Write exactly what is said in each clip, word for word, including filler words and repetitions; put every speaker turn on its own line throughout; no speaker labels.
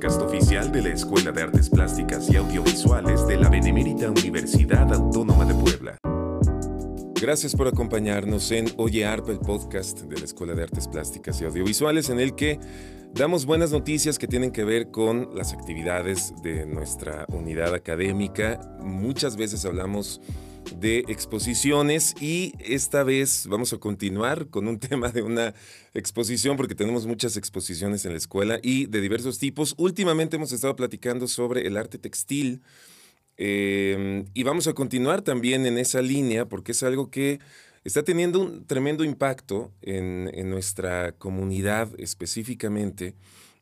podcast oficial de la Escuela de Artes Plásticas y Audiovisuales de la Benemérita Universidad Autónoma de Puebla. Gracias por acompañarnos en Oye Arpa, el podcast de la Escuela de Artes Plásticas y Audiovisuales, en el que damos buenas noticias que tienen que ver con las actividades de nuestra unidad académica. Muchas veces hablamos de exposiciones y esta vez vamos a continuar con un tema de una exposición porque tenemos muchas exposiciones en la escuela y de diversos tipos. Últimamente hemos estado platicando sobre el arte textil eh, y vamos a continuar también en esa línea porque es algo que está teniendo un tremendo impacto en, en nuestra comunidad específicamente.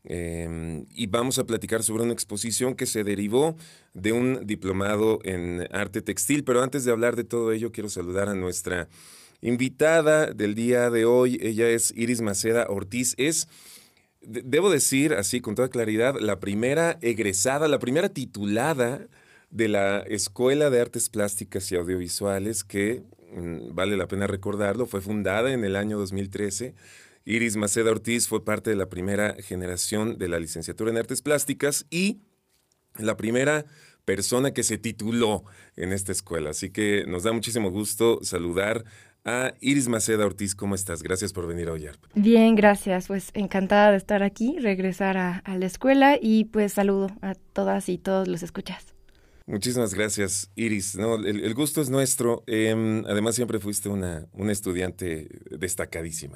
Eh, y vamos a platicar sobre una exposición que se derivó de un diplomado en arte textil, pero antes de hablar de todo ello quiero saludar a nuestra invitada del día de hoy. Ella es Iris Maceda Ortiz, es, de, debo decir así con toda claridad, la primera egresada, la primera titulada de la Escuela de Artes Plásticas y Audiovisuales que, mmm, vale la pena recordarlo, fue fundada en el año dos mil trece. Iris Maceda Ortiz fue parte de la primera generación de la licenciatura en Artes Plásticas y la primera persona que se tituló en esta escuela. Así que nos da muchísimo gusto saludar a Iris Maceda Ortiz. ¿Cómo estás? Gracias por venir hoy, Arpa.
Bien, gracias. Pues encantada de estar aquí, regresar a, a la escuela y pues saludo a todas y todos los escuchas.
Muchísimas gracias, Iris. No, el, el gusto es nuestro. Eh, además, siempre fuiste una, una estudiante destacadísima.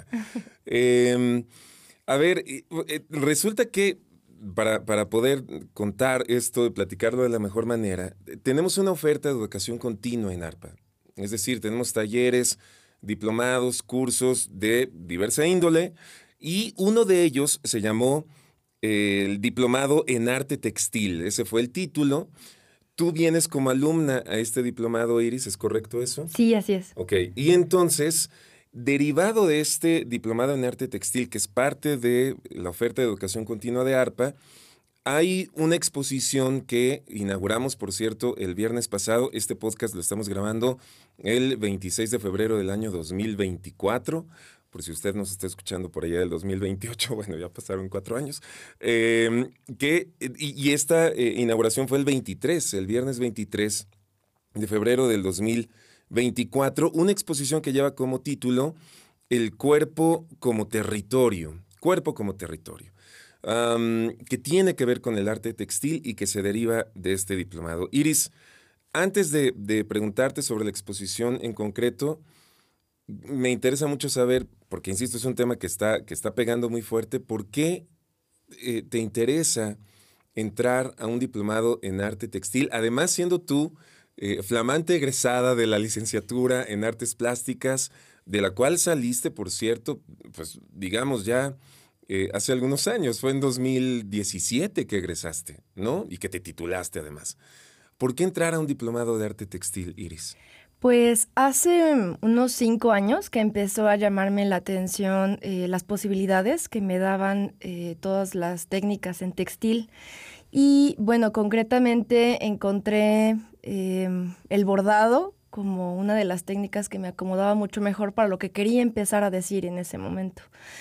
eh, a ver, eh, resulta que para, para poder contar esto y platicarlo de la mejor manera, tenemos una oferta de educación continua en ARPA. Es decir, tenemos talleres, diplomados, cursos de diversa índole y uno de ellos se llamó eh, el Diplomado en Arte Textil. Ese fue el título. Tú vienes como alumna a este diplomado, Iris, ¿es correcto eso?
Sí, así es.
Ok, y entonces, derivado de este diplomado en arte textil, que es parte de la oferta de educación continua de ARPA, hay una exposición que inauguramos, por cierto, el viernes pasado. Este podcast lo estamos grabando el veintiséis de febrero del año dos mil veinticuatro. Por si usted nos está escuchando por allá del dos mil veintiocho, bueno, ya pasaron cuatro años, eh, que, y, y esta eh, inauguración fue el veintitrés, el viernes veintitrés de febrero del dos mil veinticuatro, una exposición que lleva como título El cuerpo como territorio, cuerpo como territorio, um, que tiene que ver con el arte textil y que se deriva de este diplomado. Iris, antes de, de preguntarte sobre la exposición en concreto, me interesa mucho saber, porque insisto, es un tema que está, que está pegando muy fuerte, ¿por qué eh, te interesa entrar a un diplomado en arte textil? Además, siendo tú eh, flamante egresada de la licenciatura en artes plásticas, de la cual saliste, por cierto, pues digamos ya eh, hace algunos años, fue en dos mil diecisiete que egresaste, ¿no? Y que te titulaste además. ¿Por qué entrar a un diplomado de arte textil, Iris?
Pues hace unos cinco años que empezó a llamarme la atención eh, las posibilidades que me daban eh, todas las técnicas en textil. Y bueno, concretamente encontré eh, el bordado como una de las técnicas que me acomodaba mucho mejor para lo que quería empezar a decir en ese momento.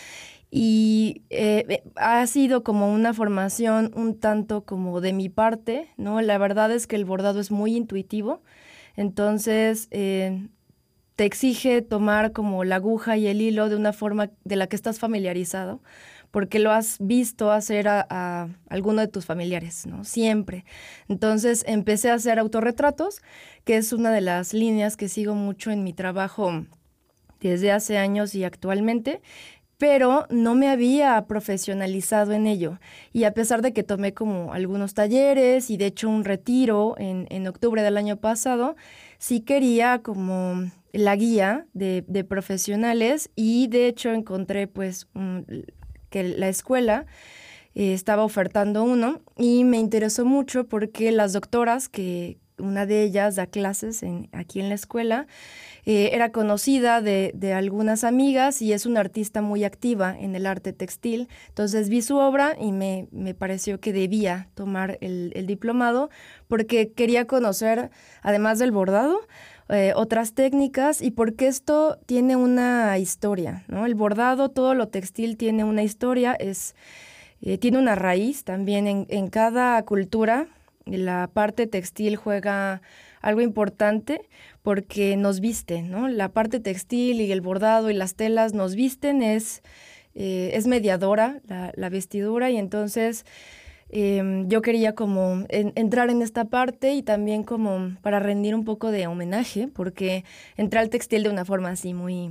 Y eh, ha sido como una formación un tanto como de mi parte, ¿no? La verdad es que el bordado es muy intuitivo. Entonces, eh, te exige tomar como la aguja y el hilo de una forma de la que estás familiarizado, porque lo has visto hacer a, a alguno de tus familiares, ¿no? Siempre. Entonces, empecé a hacer autorretratos, que es una de las líneas que sigo mucho en mi trabajo desde hace años y actualmente, pero no me había profesionalizado en ello. Y a pesar de que tomé como algunos talleres y de hecho un retiro en, en octubre del año pasado, sí quería como la guía de, de profesionales y de hecho encontré pues un, que la escuela eh, estaba ofertando uno y me interesó mucho porque las doctoras, que una de ellas da clases en, aquí en la escuela, Eh, era conocida de, de algunas amigas y es una artista muy activa en el arte textil. Entonces vi su obra y me, me pareció que debía tomar el, el diplomado porque quería conocer, además del bordado, eh, otras técnicas y porque esto tiene una historia, ¿no? El bordado, todo lo textil tiene una historia, es eh, tiene una raíz también en, en cada cultura. La parte textil juega algo importante porque nos viste, ¿no? La parte textil y el bordado y las telas nos visten, es, eh, es mediadora la, la vestidura, y entonces eh, yo quería como en, entrar en esta parte y también como para rendir un poco de homenaje, porque entré al textil de una forma así muy...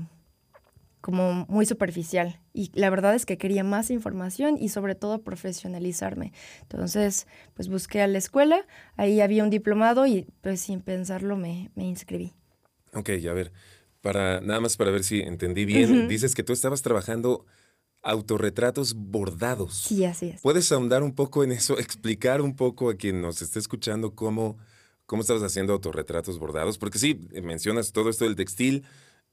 como muy superficial, y la verdad es que quería más información y sobre todo profesionalizarme. Entonces, pues busqué a la escuela, ahí había un diplomado y pues sin pensarlo me, me inscribí.
Ok, a ver, para, nada más para ver si entendí bien,
Uh-huh.
dices que tú estabas trabajando autorretratos bordados.
Sí, así es.
¿Puedes ahondar un poco en eso, explicar un poco a quien nos esté escuchando cómo, cómo estabas haciendo autorretratos bordados? Porque sí, mencionas todo esto del textil,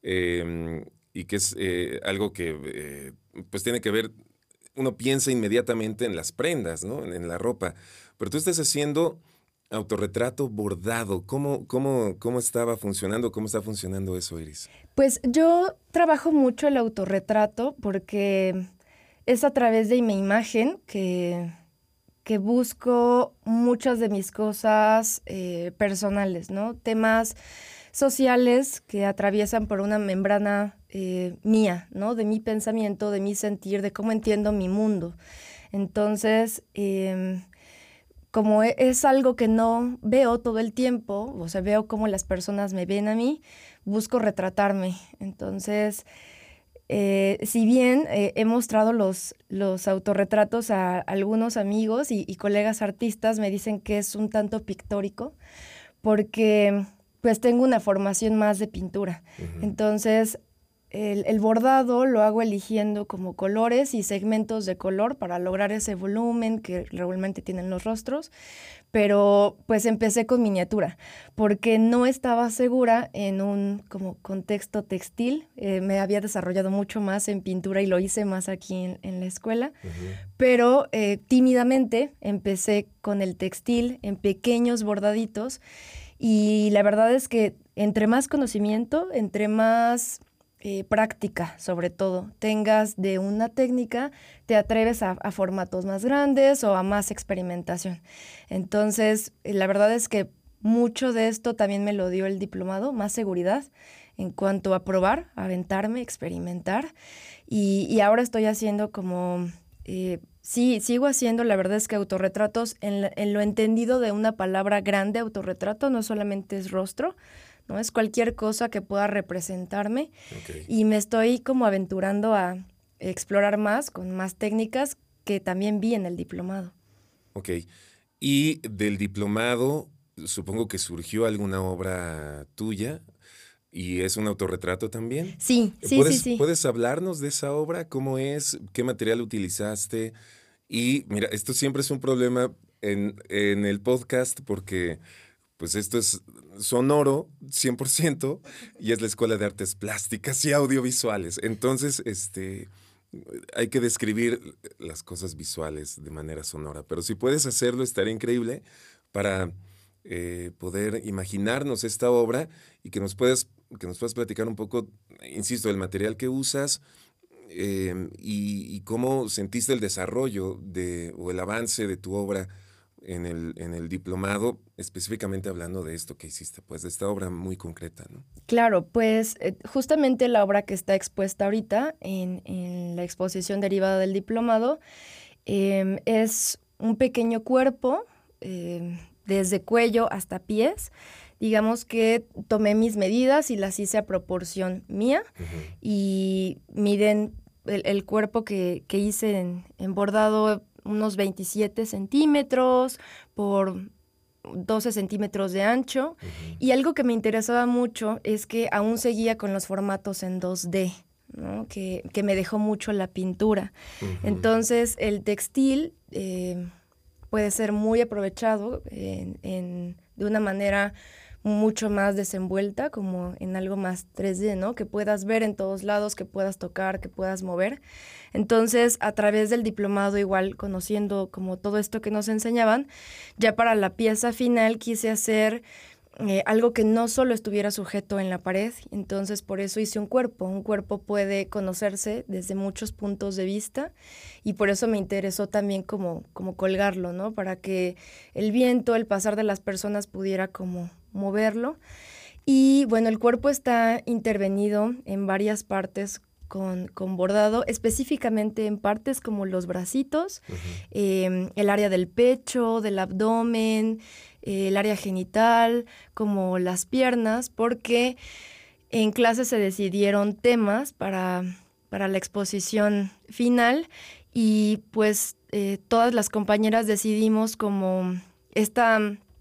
eh, y que es eh, algo que eh, pues tiene que ver, uno piensa inmediatamente en las prendas, ¿no? En, en la ropa, pero tú estás haciendo autorretrato bordado. ¿Cómo, cómo, cómo estaba funcionando? ¿Cómo está funcionando eso, Iris?
Pues yo trabajo mucho el autorretrato porque es a través de mi imagen que, que busco muchas de mis cosas eh, personales, ¿no? Temas sociales que atraviesan por una membrana eh, mía, ¿no? De mi pensamiento, de mi sentir, de cómo entiendo mi mundo. Entonces, eh, como es algo que no veo todo el tiempo, o sea, veo cómo las personas me ven a mí, busco retratarme. Entonces, eh, si bien eh, he mostrado los, los autorretratos a algunos amigos y, y colegas artistas, me dicen que es un tanto pictórico, porque pues tengo una formación más de pintura. Uh-huh. Entonces, el, el bordado lo hago eligiendo como colores y segmentos de color para lograr ese volumen que regularmente tienen los rostros, pero pues empecé con miniatura, porque no estaba segura en un como contexto textil. Eh, me había desarrollado mucho más en pintura y lo hice más aquí en, en la escuela, uh-huh. pero eh, tímidamente empecé con el textil en pequeños bordaditos. Y la verdad es que entre más conocimiento, entre más eh, práctica, sobre todo, tengas de una técnica, te atreves a, a formatos más grandes o a más experimentación. Entonces, la verdad es que mucho de esto también me lo dio el diplomado, más seguridad en cuanto a probar, aventarme, experimentar. Y, y ahora estoy haciendo como... Eh, sí, sigo haciendo, la verdad es que autorretratos en, la, en lo entendido de una palabra grande. Autorretrato no solamente es rostro, no es cualquier cosa que pueda representarme. Okay. Y me estoy como aventurando a explorar más con más técnicas que también vi en el diplomado.
Ok, y del diplomado supongo que surgió alguna obra tuya. ¿Y es un autorretrato también?
Sí, sí,
¿Puedes,
sí, sí.
¿Puedes hablarnos de esa obra? ¿Cómo es? ¿Qué material utilizaste? Y mira, esto siempre es un problema en, en el podcast porque pues esto es sonoro cien por ciento y es la Escuela de Artes Plásticas y Audiovisuales. Entonces, este, hay que describir las cosas visuales de manera sonora. Pero si puedes hacerlo, estaría increíble para eh, poder imaginarnos esta obra y que nos puedas... que nos puedas platicar un poco, insisto, del material que usas eh, y, y cómo sentiste el desarrollo de, o el avance de tu obra en el, en el diplomado, específicamente hablando de esto que hiciste, pues de esta obra muy concreta, ¿no?
Claro, pues eh, justamente la obra que está expuesta ahorita en, en la exposición derivada del diplomado eh, es un pequeño cuerpo, eh, desde cuello hasta pies. Digamos que tomé mis medidas y las hice a proporción mía. Uh-huh. Y miden el, el cuerpo que, que hice en, en bordado unos veintisiete centímetros por doce centímetros de ancho. Uh-huh. Y algo que me interesaba mucho es que aún seguía con los formatos en dos D, ¿no? que, que me dejó mucho la pintura. Uh-huh. Entonces el textil eh, puede ser muy aprovechado en, en, de una manera mucho más desenvuelta, como en algo más tres D, ¿no? Que puedas ver en todos lados, que puedas tocar, que puedas mover. Entonces, a través del diplomado, igual conociendo como todo esto que nos enseñaban, ya para la pieza final quise hacer eh, algo que no solo estuviera sujeto en la pared. Entonces, por eso hice un cuerpo. Un cuerpo puede conocerse desde muchos puntos de vista y por eso me interesó también como, como colgarlo, ¿no? Para que el viento, el pasar de las personas pudiera como moverlo. Y bueno, el cuerpo está intervenido en varias partes con, con bordado, específicamente en partes como los bracitos, uh-huh. eh, el área del pecho, del abdomen, eh, el área genital, como las piernas, porque en clase se decidieron temas para, para la exposición final y pues eh, todas las compañeras decidimos como esta...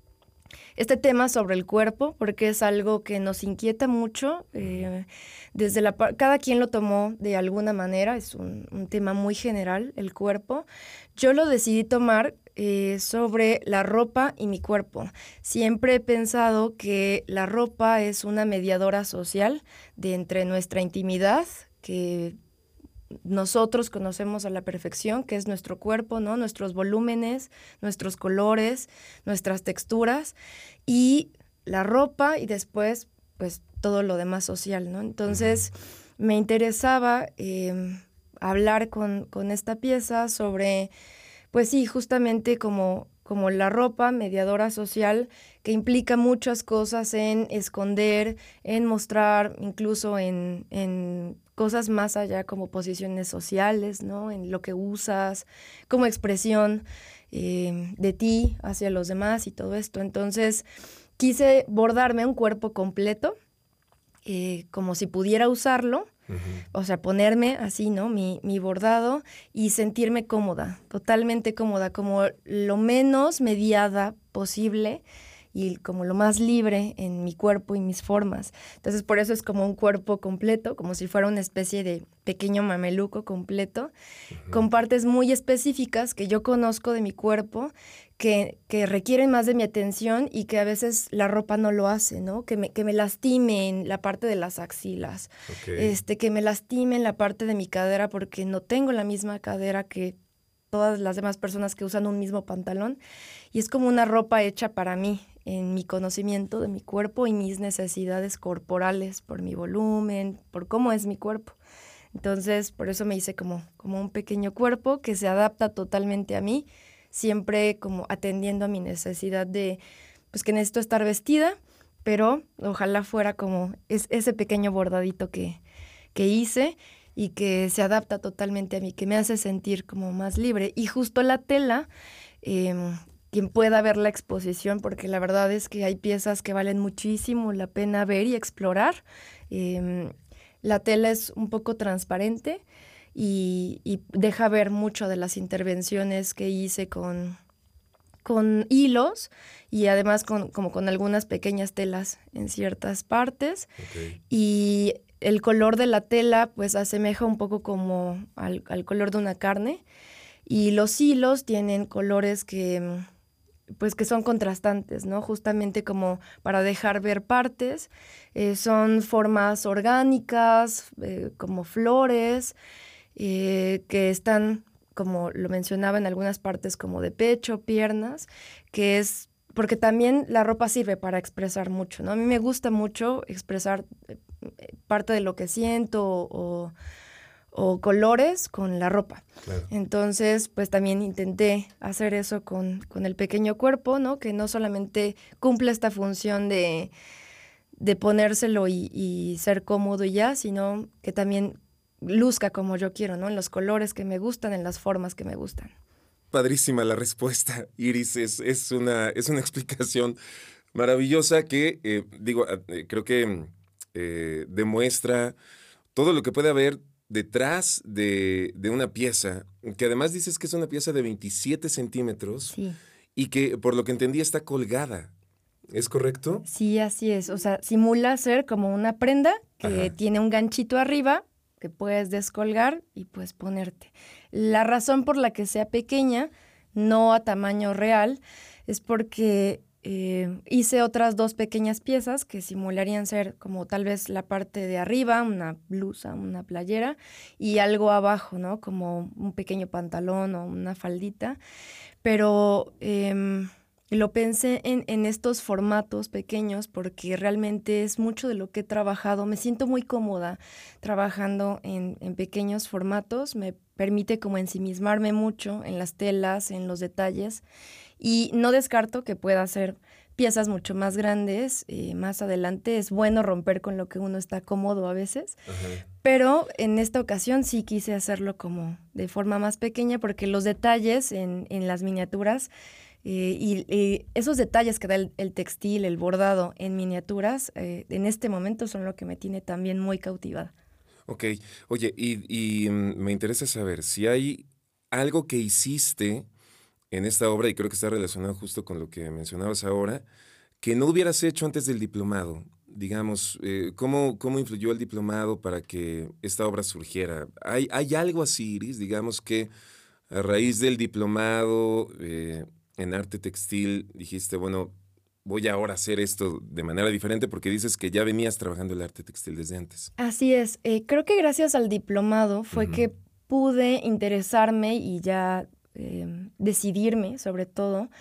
Este tema sobre el cuerpo, porque es algo que nos inquieta mucho, eh, desde la cada quien lo tomó de alguna manera, es un, un tema muy general, el cuerpo. Yo lo decidí tomar eh, sobre la ropa y mi cuerpo. Siempre he pensado que la ropa es una mediadora social de entre nuestra intimidad, que nosotros conocemos a la perfección, que es nuestro cuerpo, ¿no? Nuestros volúmenes, nuestros colores, nuestras texturas y la ropa y después, pues, todo lo demás social, ¿no? Entonces, uh-huh. me interesaba eh, hablar con, con esta pieza sobre, pues sí, justamente como, como la ropa mediadora social que implica muchas cosas en esconder, en mostrar, incluso en... en cosas más allá como posiciones sociales, ¿no? En lo que usas, como expresión eh, de ti hacia los demás y todo esto. Entonces, quise bordarme un cuerpo completo, eh, como si pudiera usarlo, uh-huh. o sea, ponerme así, ¿no? Mi, mi bordado y sentirme cómoda, totalmente cómoda, como lo menos mediada posible y como lo más libre en mi cuerpo y mis formas. Entonces, por eso es como un cuerpo completo, como si fuera una especie de pequeño mameluco completo, uh-huh. con partes muy específicas que yo conozco de mi cuerpo, que, que requieren más de mi atención y que a veces la ropa no lo hace, ¿no? Que me, que me lastime en la parte de las axilas, okay. este, que me lastime en la parte de mi cadera porque no tengo la misma cadera que todas las demás personas que usan un mismo pantalón. Y es como una ropa hecha para mí, en mi conocimiento de mi cuerpo y mis necesidades corporales, por mi volumen, por cómo es mi cuerpo. Entonces, por eso me hice como, como un pequeño cuerpo que se adapta totalmente a mí, siempre como atendiendo a mi necesidad de, pues que necesito estar vestida, pero ojalá fuera como es, ese pequeño bordadito que, que hice y que se adapta totalmente a mí, que me hace sentir como más libre. Y justo la tela... Eh, quien pueda ver la exposición, porque la verdad es que hay piezas que valen muchísimo la pena ver y explorar. Eh, la tela es un poco transparente y, y deja ver mucho de las intervenciones que hice con, con hilos y además con, como con algunas pequeñas telas en ciertas partes. Okay. Y el color de la tela pues asemeja un poco como al, al color de una carne y los hilos tienen colores que... pues que son contrastantes, ¿no? Justamente como para dejar ver partes. Eh, son formas orgánicas, eh, como flores, eh, que están, como lo mencionaba, en algunas partes como de pecho, piernas, que es... porque también la ropa sirve para expresar mucho, ¿no? A mí me gusta mucho expresar parte de lo que siento o... o colores con la ropa. Claro. Entonces, pues también intenté hacer eso con, con el pequeño cuerpo, ¿no? Que no solamente cumple esta función de, de ponérselo y, y ser cómodo y ya, sino que también luzca como yo quiero, ¿no? En los colores que me gustan, en las formas que me gustan.
Padrísima la respuesta, Iris. Es, es, una, es una explicación maravillosa que, eh, digo, eh, creo que eh, demuestra todo lo que puede haber detrás de, de una pieza, que además dices que es una pieza de veintisiete centímetros
sí.
y que, por lo que entendí, está colgada. ¿Es correcto?
Sí, así es. O sea, simula ser como una prenda que Ajá. tiene un ganchito arriba que puedes descolgar y pues ponerte. La razón por la que sea pequeña, no a tamaño real, es porque... Eh, hice otras dos pequeñas piezas que simularían ser como tal vez la parte de arriba, una blusa, una playera, y algo abajo, ¿no? Como un pequeño pantalón o una faldita. Pero eh, Y lo pensé en, en estos formatos pequeños porque realmente es mucho de lo que he trabajado. Me siento muy cómoda trabajando en, en pequeños formatos. Me permite como ensimismarme mucho en las telas, en los detalles. Y no descarto que pueda hacer piezas mucho más grandes eh, más adelante. Es bueno romper con lo que uno está cómodo a veces.
Ajá.
Pero en esta ocasión sí quise hacerlo como de forma más pequeña porque los detalles en, en las miniaturas eh, y, y esos detalles que da el, el textil, el bordado en miniaturas, eh, en este momento son lo que me tiene también muy cautivada.
Ok, oye, y, y mm, me interesa saber si hay algo que hiciste en esta obra, y creo que está relacionado justo con lo que mencionabas ahora, que no hubieras hecho antes del diplomado. Digamos, eh, ¿cómo, ¿cómo influyó el diplomado para que esta obra surgiera? ¿Hay, hay algo así, Iris? Digamos que a raíz del diplomado eh, en arte textil dijiste, bueno, voy ahora a hacer esto de manera diferente porque dices que ya venías trabajando el arte textil desde antes.
Así es, eh, creo que gracias al diplomado fue
Ujú.
que pude interesarme y ya eh, decidirme, sobre todo,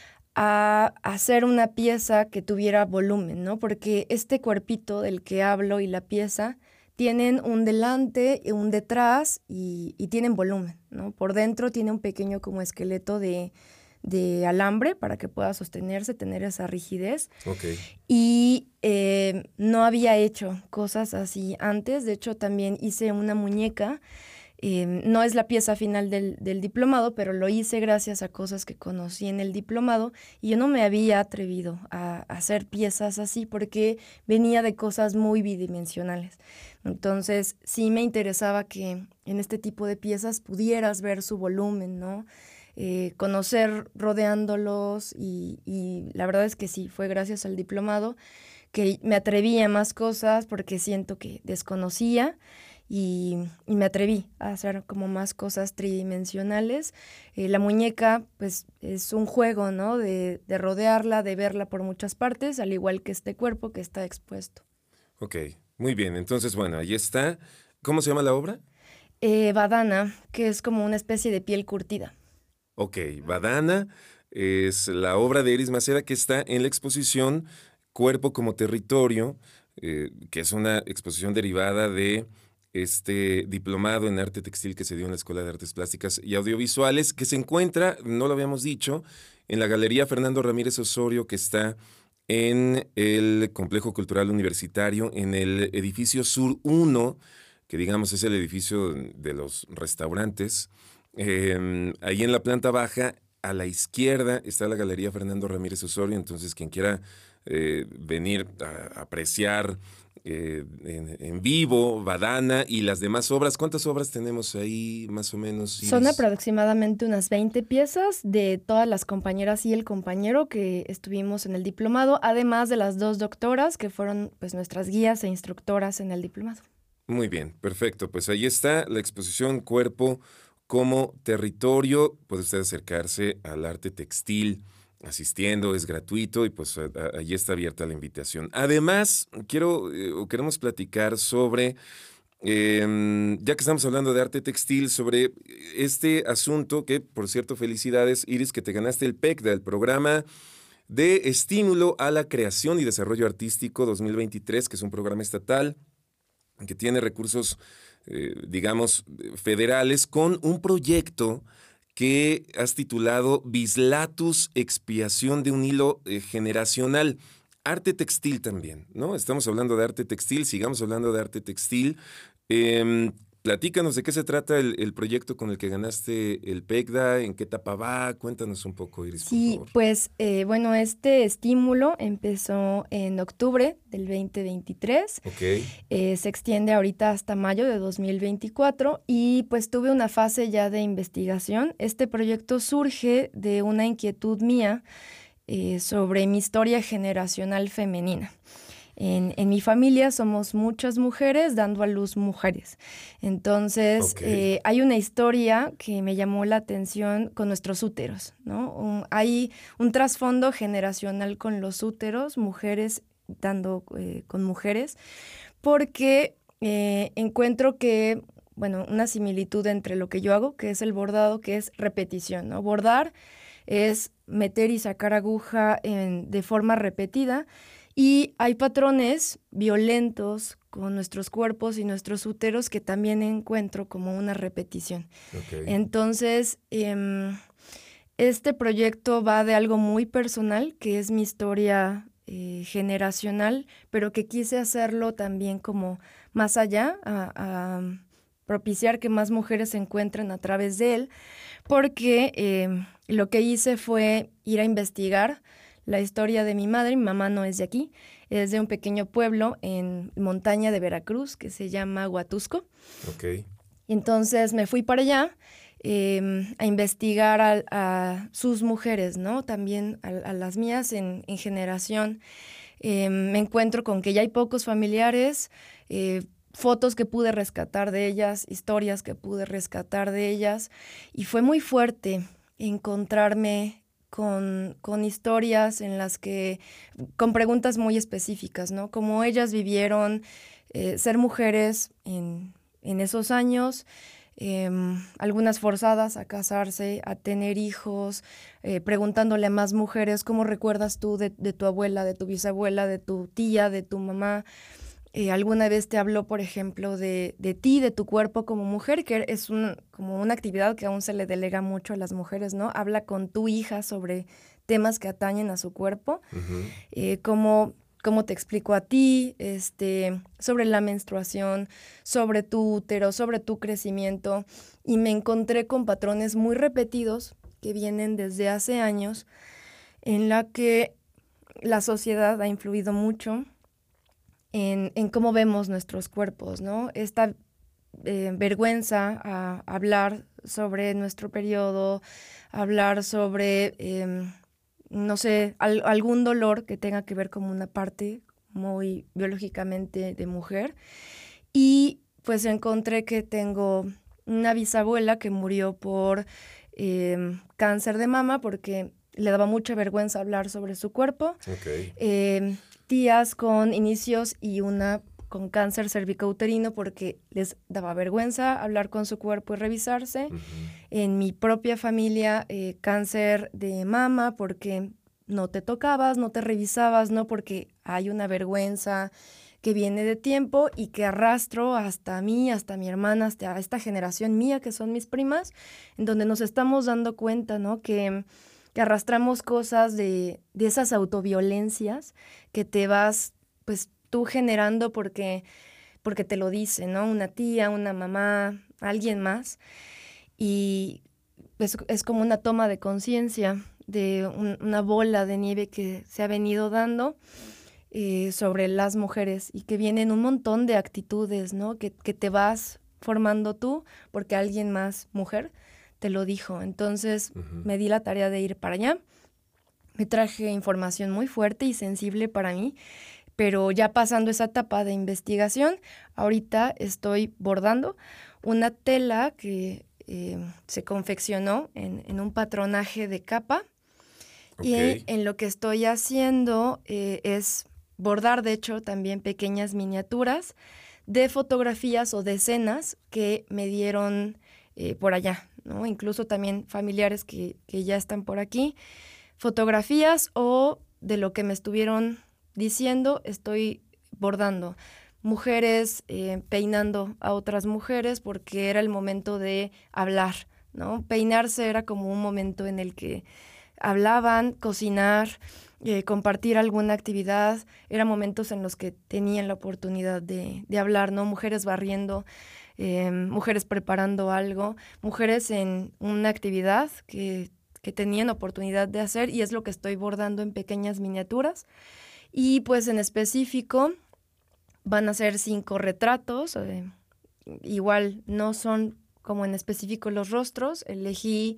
a hacer una pieza que tuviera volumen, ¿no? Porque este cuerpito del que hablo y la pieza tienen un delante, y un detrás y, y tienen volumen, ¿no? Por dentro tiene un pequeño como esqueleto de, de alambre para que pueda sostenerse, tener esa rigidez.
Ok,
Y eh, no había hecho cosas así antes. De hecho, también hice una muñeca. Eh, no es la pieza final del, del diplomado, pero lo hice gracias a cosas que conocí en el diplomado y yo no me había atrevido a, a hacer piezas así porque venía de cosas muy bidimensionales. Entonces, sí me interesaba que en este tipo de piezas pudieras ver su volumen, ¿no? Eh, conocer rodeándolos y, y la verdad es que sí, fue gracias al diplomado que me atreví a más cosas porque siento que desconocía y, y me atreví a hacer como más cosas tridimensionales. Eh, la muñeca, pues, es un juego, ¿no? De, de rodearla, de verla por muchas partes, al igual que este cuerpo que está expuesto.
ok, muy bien. Entonces, bueno, ahí está. ¿Cómo se llama la obra?
Eh, badana, que es como una especie de piel curtida.
Ok, Badana es la obra de Iris Maceda que está en la exposición Cuerpo como Territorio, eh, que es una exposición derivada de este diplomado en arte textil que se dio en la Escuela de Artes Plásticas y Audiovisuales, que se encuentra, no lo habíamos dicho, en la Galería Fernando Ramírez Osorio, que está en el Complejo Cultural Universitario, en el edificio Sur uno, que digamos es el edificio de los restaurantes. Eh, ahí en la planta baja, a la izquierda, está la Galería Fernando Ramírez Osorio. Entonces, quien quiera eh, venir a apreciar eh, en, en vivo Badana y las demás obras. ¿Cuántas obras tenemos ahí, más o menos,
Son
Iris?
aproximadamente unas veinte piezas de todas las compañeras y el compañero que estuvimos en el diplomado, además de las dos doctoras que fueron pues nuestras guías e instructoras en el diplomado.
Muy bien, perfecto. Pues ahí está la exposición Cuerpo como Territorio. Puede usted acercarse al arte textil asistiendo, es gratuito y pues a- a- ahí está abierta la invitación. Además, quiero eh, o queremos platicar sobre, em, ya que estamos hablando de arte textil, sobre este asunto que, por cierto, felicidades, Iris, que te ganaste el P E C D A, el programa de estímulo a la creación y desarrollo artístico dos mil veintitrés, que es un programa estatal que tiene recursos, eh, digamos, federales, con un proyecto que has titulado Bislatus, expiación de un hilo eh, generacional. Arte textil también, ¿no? Estamos hablando de arte textil, sigamos hablando de arte textil. Em, platícanos de qué se trata el, el proyecto con el que ganaste el P E C D A, en qué etapa va, cuéntanos un poco, Iris, por
Sí,
favor.
pues eh, bueno, este estímulo empezó en octubre del veinte veintitrés,
Ok,
eh, se extiende ahorita hasta mayo de dos mil veinticuatro y pues tuve una fase ya de investigación. Este proyecto surge de una inquietud mía eh, sobre mi historia generacional femenina. En, en mi familia somos muchas mujeres dando a luz mujeres. Entonces,
ok,
eh, hay una historia que me llamó la atención con nuestros úteros, ¿no? Un- hay un trasfondo generacional con los úteros, mujeres dando eh, con mujeres, porque eh, encuentro que, bueno, una similitud entre lo que yo hago, que es el bordado, que es repetición, ¿no? Bordar es meter y sacar aguja en, de forma repetida. Y hay patrones violentos con nuestros cuerpos y nuestros úteros que también encuentro como una repetición.
Okay.
Entonces, eh, este proyecto va de algo muy personal, que es mi historia eh, generacional, pero que quise hacerlo también como más allá, a, a propiciar que más mujeres se encuentren a través de él, porque eh, lo que hice fue ir a investigar la historia de mi madre. Mi mamá no es de aquí, es de un pequeño pueblo en montaña de Veracruz que se llama Huatusco.
Okay.
Entonces me fui para allá eh, a investigar a, a sus mujeres, ¿no? También a, a las mías en, en generación. Eh, me encuentro con que ya hay pocos familiares, eh, fotos que pude rescatar de ellas, historias que pude rescatar de ellas, y fue muy fuerte encontrarme Con, con historias en las que, con preguntas muy específicas, ¿no? Cómo ellas vivieron eh, ser mujeres en, en esos años, eh, algunas forzadas a casarse, a tener hijos, eh, preguntándole a más mujeres, ¿cómo recuerdas tú de, de tu abuela, de tu bisabuela, de tu tía, de tu mamá? Eh, ¿Alguna vez te habló, por ejemplo, de, de ti, de tu cuerpo como mujer? Que es un, como una actividad que aún se le delega mucho a las mujeres, ¿no? Habla con tu hija sobre temas que atañen a su cuerpo.
Uh-huh.
Eh, cómo, cómo te explico a ti, este, sobre la menstruación, sobre tu útero, sobre tu crecimiento. Y me encontré con patrones muy repetidos que vienen desde hace años, en la que la sociedad ha influido mucho En, en cómo vemos nuestros cuerpos, ¿no? Esta eh, vergüenza a hablar sobre nuestro periodo, hablar sobre, eh, no sé, al, algún dolor que tenga que ver con una parte muy biológicamente de mujer. Y pues encontré que tengo una bisabuela que murió por eh, cáncer de mama porque le daba mucha vergüenza hablar sobre su cuerpo.
Okay.
Eh, tías con inicios y una con cáncer cervicouterino porque les daba vergüenza hablar con su cuerpo y revisarse.
Uh-huh.
En mi propia familia, eh, cáncer de mama porque no te tocabas, no te revisabas, no porque hay una vergüenza que viene de tiempo y que arrastro hasta mí, hasta mi hermana, hasta esta generación mía que son mis primas, en donde nos estamos dando cuenta, ¿no? Que que arrastramos cosas de, de esas autoviolencias que te vas, pues, tú generando porque, porque te lo dice, ¿no? Una tía, una mamá, alguien más. Y pues, es como una toma de conciencia de un, una bola de nieve que se ha venido dando eh, sobre las mujeres y que vienen un montón de actitudes, ¿no? Que, que te vas formando tú porque alguien más, mujer, te lo dijo. Entonces uh-huh. me di la tarea de ir para allá. Me traje información muy fuerte y sensible para mí, pero ya pasando esa etapa de investigación, ahorita estoy bordando una tela que eh, se confeccionó en, en un patronaje de capa. Okay. Y en, en lo que estoy haciendo eh, es bordar, de hecho, también pequeñas miniaturas de fotografías o de escenas que me dieron eh, por allá, ¿no? Incluso también familiares que, que ya están por aquí, fotografías o de lo que me estuvieron diciendo, estoy bordando. Mujeres eh, peinando a otras mujeres porque era el momento de hablar, ¿no? Peinarse era como un momento en el que hablaban, cocinar, eh, compartir alguna actividad, eran momentos en los que tenían la oportunidad de, de hablar, ¿no? Mujeres barriendo, eh, mujeres preparando algo, mujeres en una actividad que, que tenían oportunidad de hacer y es lo que estoy bordando en pequeñas miniaturas. Y pues en específico van a ser cinco retratos, eh, igual no son como en específico los rostros, elegí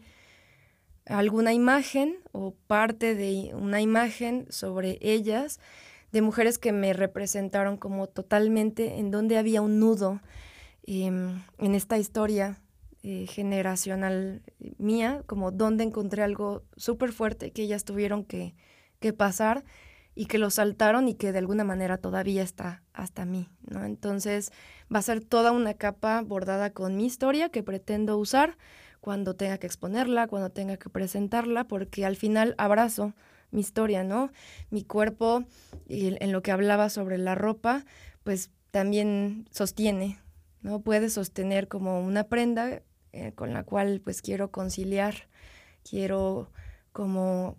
alguna imagen o parte de una imagen sobre ellas, de mujeres que me representaron como totalmente en donde había un nudo eh, en esta historia eh, generacional mía, como donde encontré algo súper fuerte que ellas tuvieron que, que pasar y que lo saltaron y que de alguna manera todavía está hasta mí, ¿no? Entonces va a ser toda una capa bordada con mi historia que pretendo usar cuando tenga que exponerla, cuando tenga que presentarla, porque al final abrazo mi historia, ¿no? Mi cuerpo, y en lo que hablaba sobre la ropa, pues también sostiene, ¿no? Puede sostener como una prenda eh, con la cual pues quiero conciliar, quiero como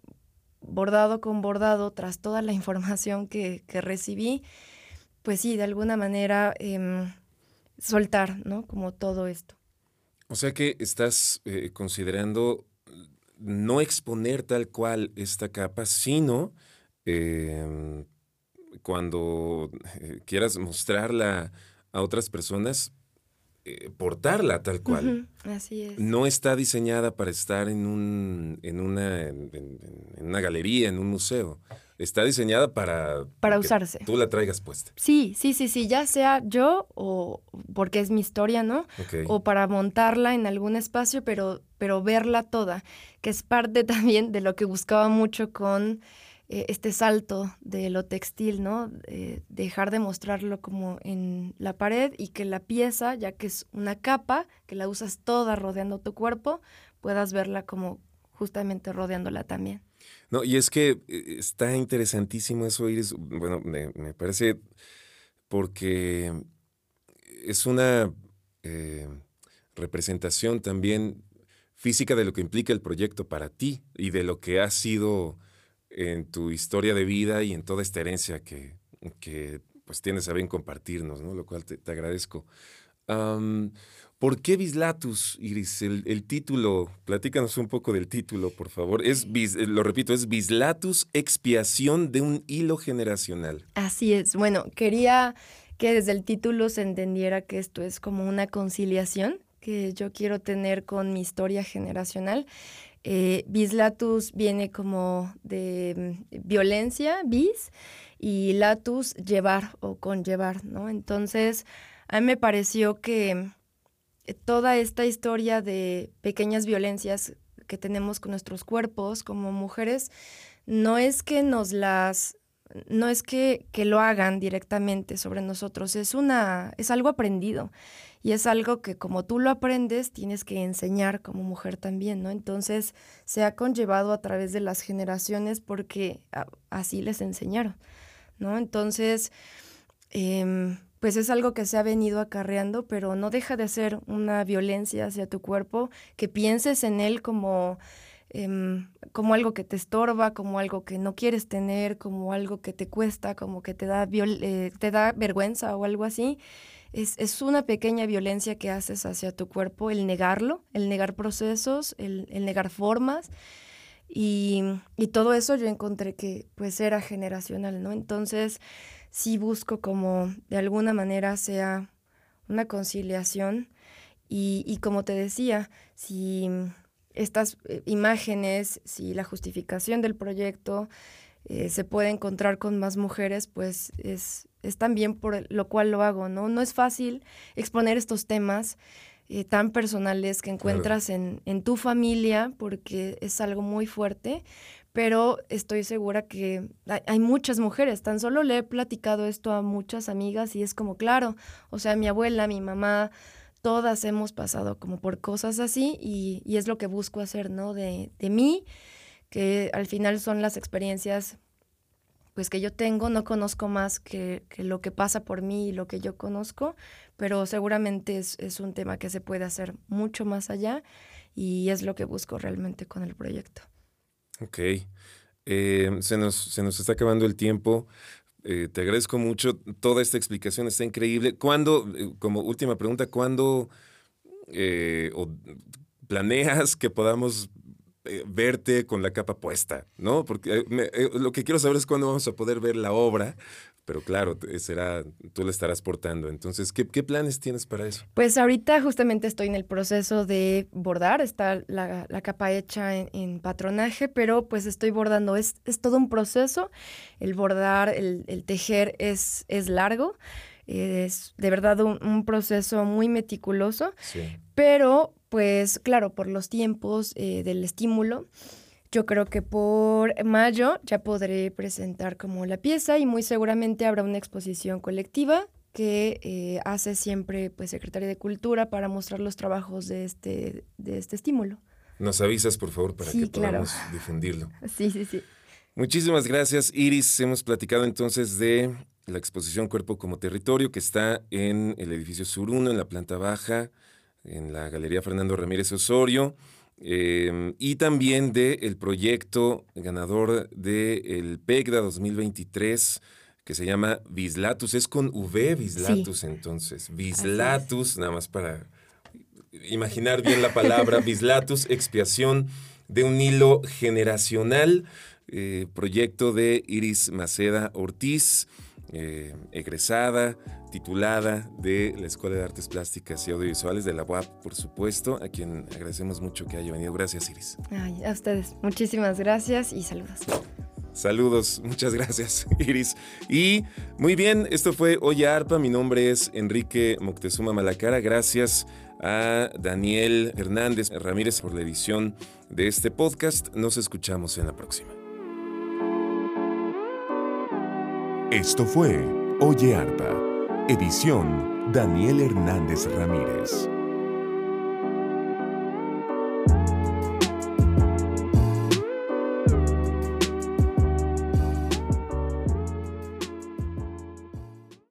bordado con bordado, tras toda la información que, que recibí, pues sí, de alguna manera eh, soltar, ¿no? Como todo esto.
O sea que estás eh, considerando no exponer tal cual esta capa, sino eh, cuando eh, quieras mostrarla a otras personas, eh, portarla tal cual.
Uh-huh, así es.
No está diseñada para estar en, un, en, una, en, en una galería, en un museo. Está diseñada para,
para
que
usarse.
tú la traigas puesta.
Sí, sí, sí, sí, ya sea yo o porque es mi historia, ¿no?
Okay.
O para montarla en algún espacio, pero, pero verla toda, que es parte también de lo que buscaba mucho con eh, este salto de lo textil, ¿no? Eh, dejar de mostrarlo como en la pared y que la pieza, ya que es una capa, que la usas toda rodeando tu cuerpo, puedas verla como justamente rodeándola también.
No, y es que está interesantísimo eso, Iris. Bueno, me, me parece porque es una eh, representación también física de lo que implica el proyecto para ti y de lo que ha sido en tu historia de vida y en toda esta herencia que, que pues tienes a bien compartirnos, ¿no? Lo cual te, te agradezco. Um, ¿Por qué Bislatus, Iris? El, el título, platícanos un poco del título, por favor. Es, bis, lo repito, es Bislatus, expiación de un hilo generacional.
Así es. Bueno, quería que desde el título se entendiera que esto es como una conciliación que yo quiero tener con mi historia generacional. Eh, Bislatus viene como de um, violencia, bis, y latus, llevar o conllevar, ¿no? Entonces, a mí me pareció que toda esta historia de pequeñas violencias que tenemos con nuestros cuerpos como mujeres, no es que nos las, no es que, que lo hagan directamente sobre nosotros, es una, es algo aprendido y es algo que como tú lo aprendes tienes que enseñar como mujer también, ¿no? Entonces se ha conllevado a través de las generaciones porque a, así les enseñaron, ¿no? Entonces, eh, pues es algo que se ha venido acarreando, pero no deja de ser una violencia hacia tu cuerpo, que pienses en él como, eh, como algo que te estorba, como algo que no quieres tener, como algo que te cuesta, como que te da, viol eh, te da vergüenza o algo así. Es, es una pequeña violencia que haces hacia tu cuerpo, el negarlo, el negar procesos, el, el negar formas. Y, y todo eso yo encontré que pues era generacional, ¿no? Entonces sí busco como de alguna manera sea una conciliación y, y como te decía, si estas imágenes, si la justificación del proyecto eh, se puede encontrar con más mujeres, pues es, es también por lo cual lo hago, ¿no? No es fácil exponer estos temas Eh, tan personales que encuentras claro. en, en tu familia, porque es algo muy fuerte, pero estoy segura que hay, hay muchas mujeres. Tan solo le he platicado esto a muchas amigas y es como, claro, o sea, mi abuela, mi mamá, todas hemos pasado como por cosas así y, y es lo que busco hacer, ¿no? De, de mí, que al final son las experiencias pues que yo tengo, no conozco más que, que lo que pasa por mí y lo que yo conozco, pero seguramente es, es un tema que se puede hacer mucho más allá y es lo que busco realmente con el proyecto.
Ok, eh, se, nos, se nos está acabando el tiempo. Eh, te agradezco mucho, toda esta explicación está increíble. ¿Cuándo, eh, como última pregunta, cuándo eh, o planeas que podamos verte con la capa puesta, ¿no? Porque me, eh, lo que quiero saber es cuándo vamos a poder ver la obra, pero claro, será, tú la estarás portando. Entonces, ¿qué, qué planes tienes para eso?
Pues ahorita justamente estoy en el proceso de bordar, está la, la capa hecha en, en patronaje, pero pues estoy bordando, es, es todo un proceso, el bordar, el, el tejer es, es largo, es de verdad un, un proceso muy meticuloso,
sí.
Pero pues claro, por los tiempos eh, del estímulo, yo creo que por mayo ya podré presentar como la pieza y muy seguramente habrá una exposición colectiva que eh, hace siempre pues Secretaría de Cultura para mostrar los trabajos de este, de este estímulo.
Nos avisas, por favor, para
sí,
que podamos
claro.
difundirlo.
Sí, sí, sí.
Muchísimas gracias, Iris. Hemos platicado entonces de la exposición Cuerpo como Territorio, que está en el edificio Sur uno, en la planta baja, en la Galería Fernando Ramírez Osorio, eh, y también del proyecto ganador del PECDA dos mil veintitrés, que se llama Vislatus. Es con V, Vislatus, sí. Entonces. Vislatus, nada más para imaginar bien la palabra, Vislatus, expiación de un hilo generacional, eh, proyecto de Iris Maceda Ortiz, eh, egresada, titulada de la Escuela de Artes Plásticas y Audiovisuales de la U A P, por supuesto, a quien agradecemos mucho que haya venido. Gracias, Iris.
Ay, a ustedes, muchísimas gracias y saludos.
Saludos, muchas gracias, Iris. Y muy bien, esto fue Oye Arpa, mi nombre es Enrique Moctezuma Malacara. Gracias a Daniel Hernández Ramírez por la edición de este podcast. Nos escuchamos en la próxima.
Esto fue Oye Arpa, edición Daniel Hernández Ramírez.